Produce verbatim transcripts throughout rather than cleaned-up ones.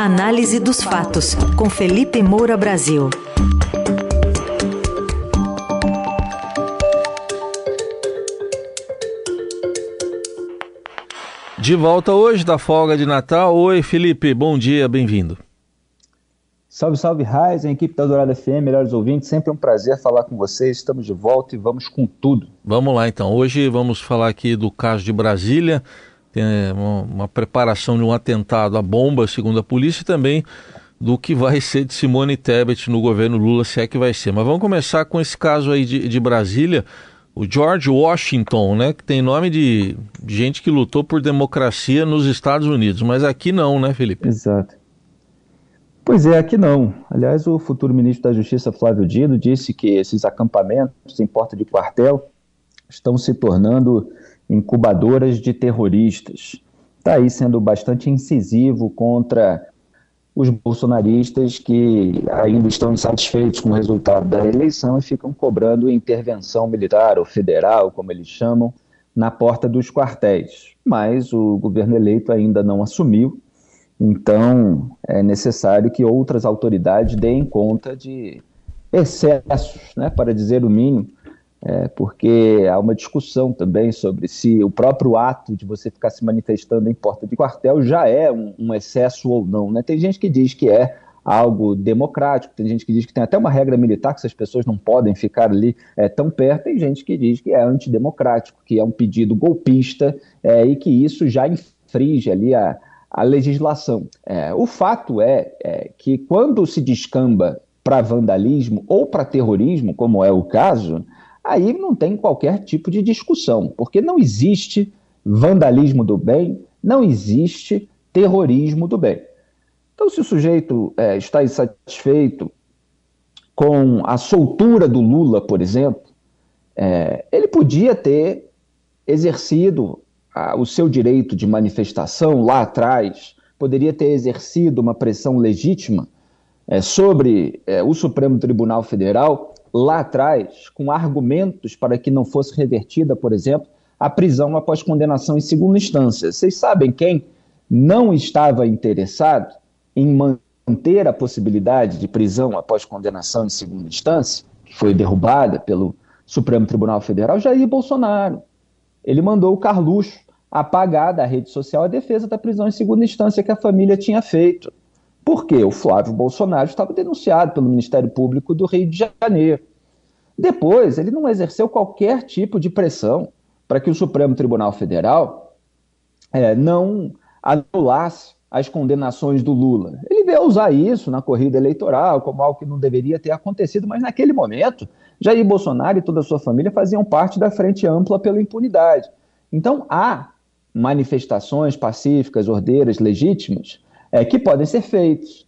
Análise dos fatos, com Felipe Moura Brasil. De volta hoje da folga de Natal. Oi, Felipe, bom dia, bem-vindo. Salve, salve, Raiz, a equipe da Dourado F M, melhores ouvintes, sempre um prazer falar com vocês, estamos de volta e vamos com tudo. Vamos lá então, hoje vamos falar aqui do caso de Brasília, tem uma, uma preparação de um atentado à bomba, segundo a polícia, e também do que vai ser de Simone Tebet no governo Lula, se é que vai ser. Mas vamos começar com esse caso aí de, de Brasília, o George Washington, né, que tem nome de gente que lutou por democracia nos Estados Unidos, mas aqui não, né, Felipe? Exato. Pois é, aqui não. Aliás, o futuro ministro da Justiça, Flávio Dino, disse que esses acampamentos em porta de quartel estão se tornando incubadoras de terroristas. Está aí sendo bastante incisivo contra os bolsonaristas que ainda estão insatisfeitos com o resultado da eleição e ficam cobrando intervenção militar ou federal, como eles chamam, na porta dos quartéis. Mas o governo eleito ainda não assumiu, então é necessário que outras autoridades deem conta de excessos, né, para dizer o mínimo, é, porque há uma discussão também sobre se o próprio ato de você ficar se manifestando em porta de quartel já é um, um excesso ou não, né? Tem gente que diz que é algo democrático, tem gente que diz que tem até uma regra militar que essas pessoas não podem ficar ali é, tão perto, tem gente que diz que é antidemocrático, que é um pedido golpista é, e que isso já infringe ali a, a legislação. É, o fato é, é que quando se descamba para vandalismo ou para terrorismo, como é o caso, aí não tem qualquer tipo de discussão, porque não existe vandalismo do bem, não existe terrorismo do bem. Então, se o sujeito é, está insatisfeito com a soltura do Lula, por exemplo, é, ele podia ter exercido a, o seu direito de manifestação lá atrás, poderia ter exercido uma pressão legítima é, sobre é, o Supremo Tribunal Federal lá atrás, com argumentos para que não fosse revertida, por exemplo, a prisão após condenação em segunda instância. Vocês sabem quem não estava interessado em manter a possibilidade de prisão após condenação em segunda instância, que foi derrubada pelo Supremo Tribunal Federal? Jair Bolsonaro. Ele mandou o Carluxo apagar da rede social a defesa da prisão em segunda instância que a família tinha feito. Por quê? O Flávio Bolsonaro estava denunciado pelo Ministério Público do Rio de Janeiro. Depois, ele não exerceu qualquer tipo de pressão para que o Supremo Tribunal Federal é, não anulasse as condenações do Lula. Ele veio usar isso na corrida eleitoral como algo que não deveria ter acontecido, mas naquele momento, Jair Bolsonaro e toda a sua família faziam parte da Frente Ampla pela Impunidade. Então, há manifestações pacíficas, ordeiras, legítimas, É, que podem ser feitos,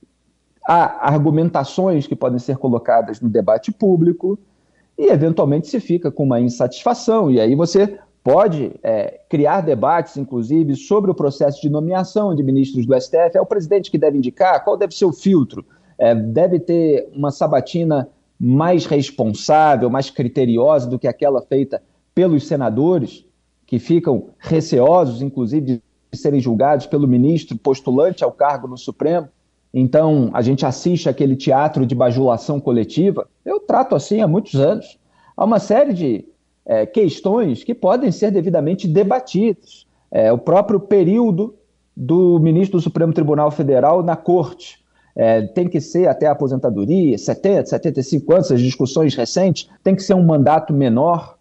há argumentações que podem ser colocadas no debate público e, eventualmente, se fica com uma insatisfação. E aí você pode é, criar debates, inclusive, sobre o processo de nomeação de ministros do S T F. É o presidente que deve indicar? Qual deve ser o filtro? É, deve ter uma sabatina mais responsável, mais criteriosa do que aquela feita pelos senadores, que ficam receosos, inclusive, de serem julgados pelo ministro postulante ao cargo no Supremo. Então, a gente assiste aquele teatro de bajulação coletiva. Eu trato assim há muitos anos. Há uma série de é, questões que podem ser devidamente debatidas. É, o próprio período do ministro do Supremo Tribunal Federal na corte é, tem que ser até a aposentadoria, setenta, setenta e cinco anos, as discussões recentes, tem que ser um mandato menor.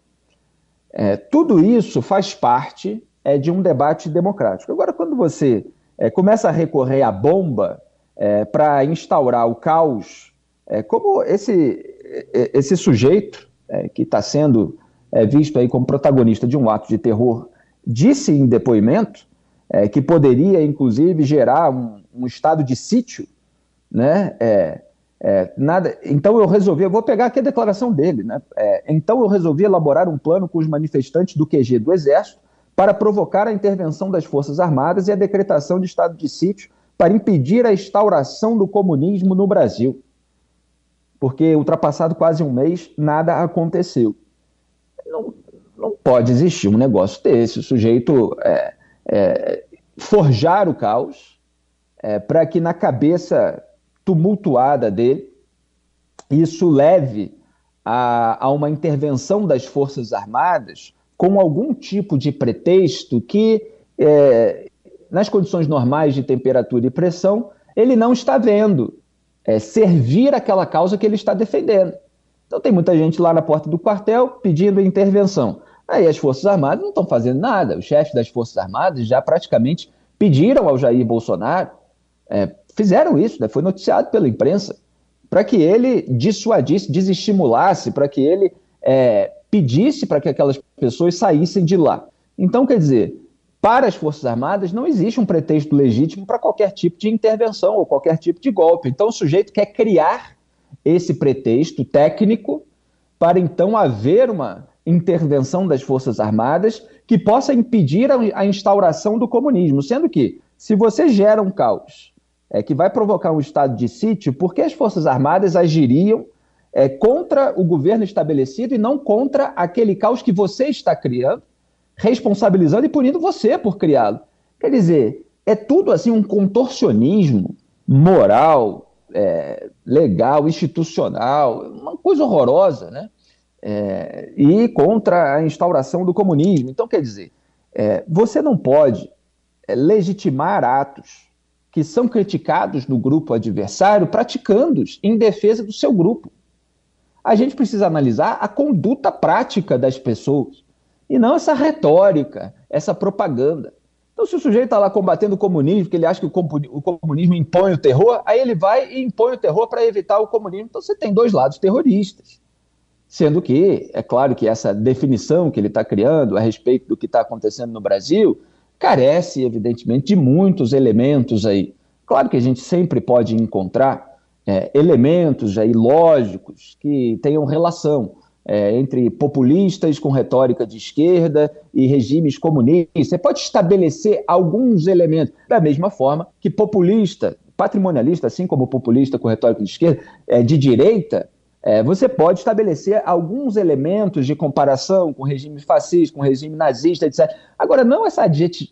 É, tudo isso faz parte É de um debate democrático. Agora, quando você é, começa a recorrer à bomba é, para instaurar o caos, é, como esse, esse sujeito é, que está sendo é, visto aí como protagonista de um ato de terror, disse em depoimento é, que poderia, inclusive, gerar um, um estado de sítio, né? É, é, nada, então eu resolvi, eu vou pegar aqui a declaração dele, né? É, então eu resolvi elaborar um plano com os manifestantes do Q G do Exército para provocar a intervenção das Forças Armadas e a decretação de estado de sítio para impedir a instauração do comunismo no Brasil. Porque, ultrapassado quase um mês, nada aconteceu. Não, não pode existir um negócio desse. O sujeito é, é, forjar o caos, é, para que na cabeça tumultuada dele isso leve a, a uma intervenção das Forças Armadas com algum tipo de pretexto que, é, nas condições normais de temperatura e pressão, ele não está vendo é, servir aquela causa que ele está defendendo. Então tem muita gente lá na porta do quartel pedindo intervenção. Aí as Forças Armadas não estão fazendo nada. Os chefes das Forças Armadas já praticamente pediram ao Jair Bolsonaro, é, fizeram isso, né, foi noticiado pela imprensa, para que ele dissuadisse, desestimulasse, para que ele é, pedisse para que aquelas pessoas saíssem de lá. Então, quer dizer, para as Forças Armadas não existe um pretexto legítimo para qualquer tipo de intervenção ou qualquer tipo de golpe. Então o sujeito quer criar esse pretexto técnico para então haver uma intervenção das Forças Armadas que possa impedir a, a instauração do comunismo, sendo que, se você gera um caos é, que vai provocar um estado de sítio, por que as Forças Armadas agiriam é, contra o governo estabelecido e não contra aquele caos que você está criando, responsabilizando e punindo você por criá-lo? Quer dizer, é tudo assim um contorcionismo moral, é, legal, institucional, uma coisa horrorosa, né? É, e contra a instauração do comunismo. Então, quer dizer, é, você não pode é, legitimar atos que são criticados no grupo adversário praticando-os em defesa do seu grupo. A gente precisa analisar a conduta prática das pessoas e não essa retórica, essa propaganda. Então, se o sujeito está lá combatendo o comunismo, porque ele acha que o comunismo impõe o terror, aí ele vai e impõe o terror para evitar o comunismo. Então, você tem dois lados terroristas. Sendo que, é claro que essa definição que ele está criando a respeito do que está acontecendo no Brasil carece, evidentemente, de muitos elementos aí. Claro que a gente sempre pode encontrar é, elementos aí lógicos que tenham relação é, entre populistas com retórica de esquerda e regimes comunistas. Você pode estabelecer alguns elementos, da mesma forma que populista, patrimonialista, assim como populista com retórica de esquerda, é, de direita, É, você pode estabelecer alguns elementos de comparação com o regime fascista, com o regime nazista, etcétera. Agora, não essa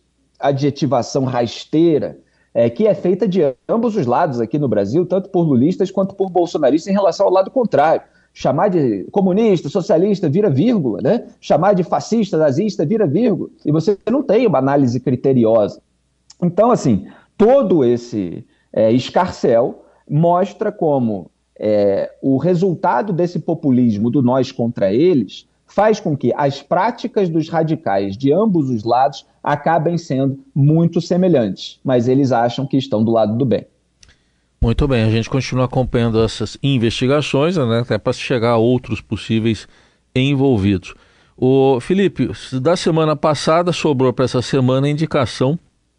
adjetivação rasteira é, que é feita de ambos os lados aqui no Brasil, tanto por lulistas quanto por bolsonaristas, em relação ao lado contrário. Chamar de comunista, socialista, vira vírgula, né? Chamar de fascista, nazista, vira vírgula. E você não tem uma análise criteriosa. Então, assim, todo esse é, escarcéu mostra como É, o resultado desse populismo do nós contra eles faz com que as práticas dos radicais de ambos os lados acabem sendo muito semelhantes, mas eles acham que estão do lado do bem. Muito bem, a gente continua acompanhando essas investigações, né, até para chegar a outros possíveis envolvidos. O Felipe, da semana passada sobrou para essa semana a indicação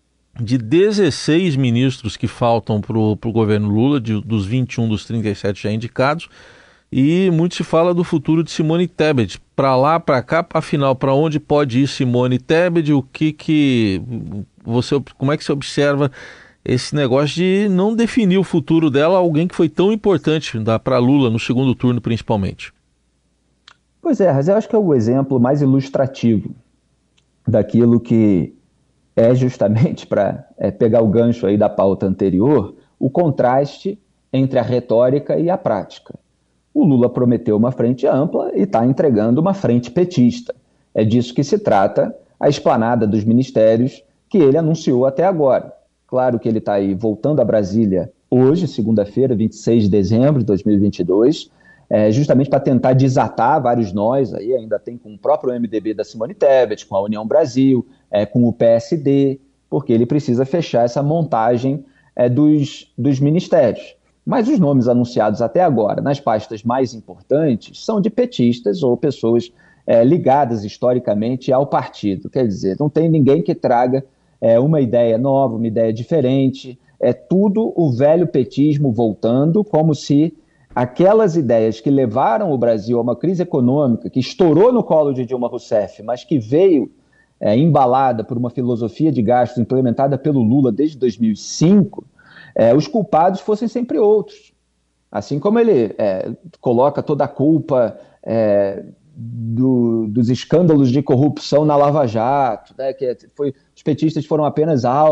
de dezesseis ministros que faltam para o governo Lula, de, dos vinte e um dos trinta e sete já indicados, e muito se fala do futuro de Simone Tebet, para lá, para cá, afinal, para onde pode ir Simone Tebet, o que que você, como é que você observa esse negócio de não definir o futuro dela, alguém que foi tão importante para Lula no segundo turno, principalmente? Pois é, mas eu acho que é o exemplo mais ilustrativo daquilo que é justamente para é, pegar o gancho aí da pauta anterior, o contraste entre a retórica e a prática. O Lula prometeu uma frente ampla e está entregando uma frente petista. É disso que se trata a esplanada dos ministérios que ele anunciou até agora. Claro que ele está aí voltando a Brasília hoje, segunda-feira, vinte e seis de dezembro de dois mil e vinte e dois, é, justamente para tentar desatar vários nós, aí ainda tem com o próprio M D B da Simone Tebet, com a União Brasil, é, com o P S D, porque ele precisa fechar essa montagem é, dos, dos ministérios. Mas os nomes anunciados até agora, nas pastas mais importantes, são de petistas ou pessoas é, ligadas historicamente ao partido. Quer dizer, não tem ninguém que traga é, uma ideia nova, uma ideia diferente. É tudo o velho petismo voltando, como se aquelas ideias que levaram o Brasil a uma crise econômica, que estourou no colo de Dilma Rousseff, mas que veio é, embalada por uma filosofia de gastos implementada pelo Lula desde dois mil e cinco, é, os culpados fossem sempre outros. Assim como ele é, coloca toda a culpa é, do, dos escândalos de corrupção na Lava Jato, né, que foi, os petistas foram apenas alvo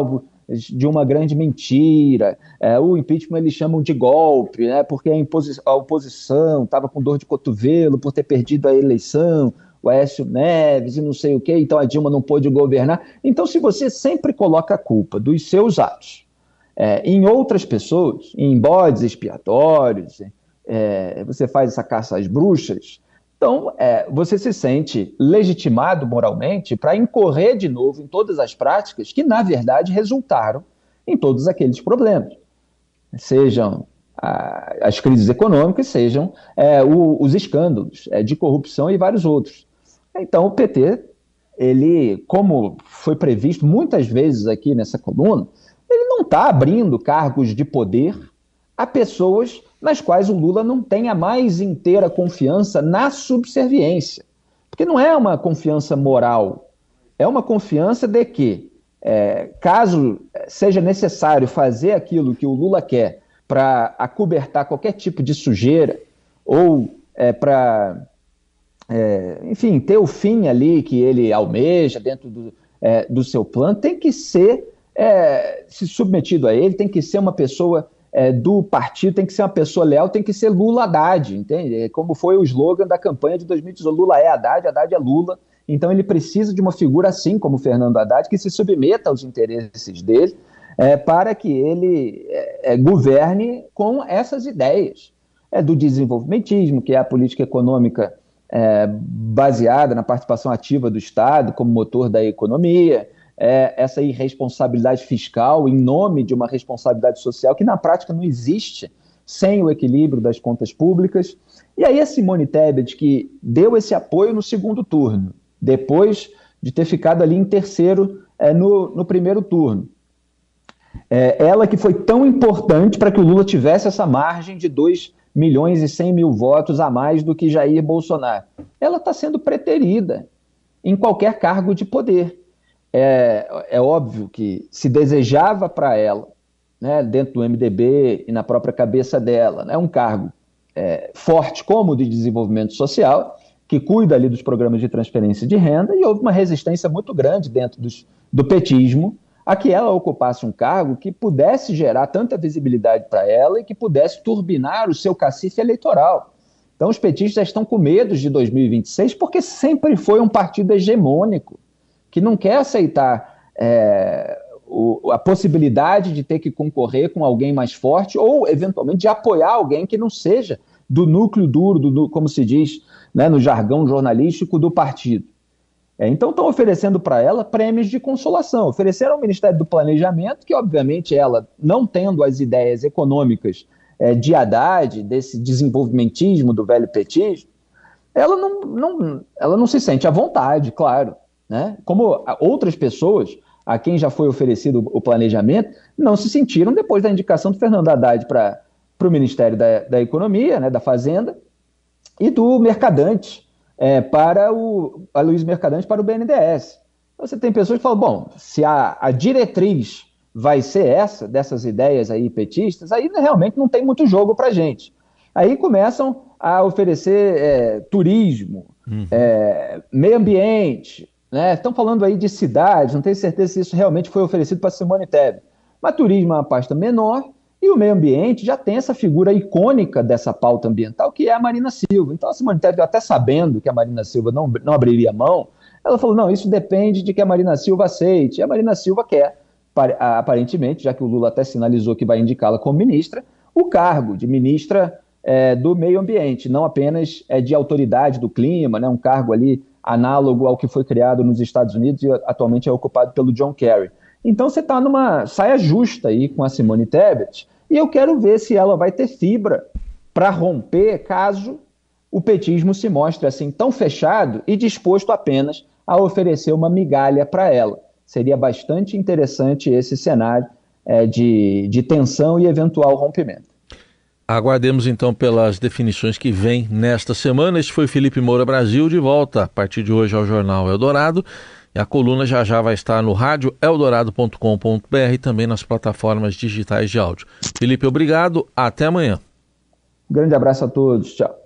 de uma grande mentira, é, o impeachment eles chamam de golpe, né, porque a, imposi- a oposição estava com dor de cotovelo por ter perdido a eleição, o Aécio Neves e não sei o quê, então a Dilma não pôde governar. Então, se você sempre coloca a culpa dos seus atos é, em outras pessoas, em bodes expiatórios, é, você faz essa caça às bruxas, então é, você se sente legitimado moralmente para incorrer de novo em todas as práticas que, na verdade, resultaram em todos aqueles problemas. Sejam a, as crises econômicas, sejam é, o, os escândalos é, de corrupção e vários outros. Então, o P T, ele, como foi previsto muitas vezes aqui nessa coluna, ele não está abrindo cargos de poder a pessoas nas quais o Lula não tem a mais inteira confiança na subserviência. Porque não é uma confiança moral, é uma confiança de que, é, caso seja necessário fazer aquilo que o Lula quer para acobertar qualquer tipo de sujeira ou é, para... É, enfim, ter o fim ali que ele almeja dentro do, é, do seu plano, tem que ser é, se submetido a ele, tem que ser uma pessoa é, do partido, tem que ser uma pessoa leal, tem que ser Lula Haddad, entende? Como foi o slogan da campanha de dois mil e dezoito, Lula é Haddad, Haddad é Lula, então ele precisa de uma figura assim como Fernando Haddad, que se submeta aos interesses dele, é, para que ele é, é, governe com essas ideias é, do desenvolvimentismo, que é a política econômica É, baseada na participação ativa do Estado como motor da economia, é, essa irresponsabilidade fiscal em nome de uma responsabilidade social que na prática não existe sem o equilíbrio das contas públicas. E aí a Simone Tebet, que deu esse apoio no segundo turno, depois de ter ficado ali em terceiro é, no, no primeiro turno. É, ela que foi tão importante para que o Lula tivesse essa margem de dois milhões e cem mil votos a mais do que Jair Bolsonaro. Ela está sendo preterida em qualquer cargo de poder. É, é óbvio que se desejava para ela, né, dentro do M D B e na própria cabeça dela, né, um cargo é, forte como o de desenvolvimento social, que cuida ali dos programas de transferência de renda, e houve uma resistência muito grande dentro dos, do petismo a que ela ocupasse um cargo que pudesse gerar tanta visibilidade para ela e que pudesse turbinar o seu cacife eleitoral. Então os petistas estão com medo de dois mil e vinte e seis porque sempre foi um partido hegemônico, que não quer aceitar é, o, a possibilidade de ter que concorrer com alguém mais forte ou, eventualmente, de apoiar alguém que não seja do núcleo duro, do, do, como se diz, né, no jargão jornalístico, do partido. É, então estão oferecendo para ela prêmios de consolação. Ofereceram ao Ministério do Planejamento, que obviamente ela, não tendo as ideias econômicas é, de Haddad, desse desenvolvimentismo do velho petismo, ela não, não, ela não se sente à vontade, claro, né? Como outras pessoas a quem já foi oferecido o planejamento não se sentiram depois da indicação do Fernando Haddad para o Ministério da, da Economia, né, da Fazenda, e do Mercadante, É, para o Aloysio Mercadante para o B N D E S. Você tem pessoas que falam, bom, se a, a diretriz vai ser essa, dessas ideias aí petistas, aí realmente não tem muito jogo para a gente. Aí começam a oferecer é, turismo, uhum. é, meio ambiente, né? Estão falando aí de cidades, não tenho certeza se isso realmente foi oferecido para Simone Tebet. Mas turismo é uma pasta menor, e o meio ambiente já tem essa figura icônica dessa pauta ambiental, que é a Marina Silva. Então a Simone Tebet, até sabendo que a Marina Silva não, não abriria mão, ela falou, não, isso depende de que a Marina Silva aceite. E a Marina Silva quer, aparentemente, já que o Lula até sinalizou que vai indicá-la como ministra, o cargo de ministra é, do meio ambiente, não apenas é, de autoridade do clima, né, um cargo ali análogo ao que foi criado nos Estados Unidos e atualmente é ocupado pelo John Kerry. Então você está numa saia justa aí com a Simone Tebet, e eu quero ver se ela vai ter fibra para romper caso o petismo se mostre assim tão fechado e disposto apenas a oferecer uma migalha para ela. Seria bastante interessante esse cenário é, de, de tensão e eventual rompimento. Aguardemos então pelas definições que vêm nesta semana. Este foi Felipe Moura Brasil, de volta a partir de hoje ao Jornal Eldorado. E a coluna já já vai estar no rádio eldorado ponto com ponto b r e também nas plataformas digitais de áudio. Felipe, obrigado. Até amanhã. Um grande abraço a todos. Tchau.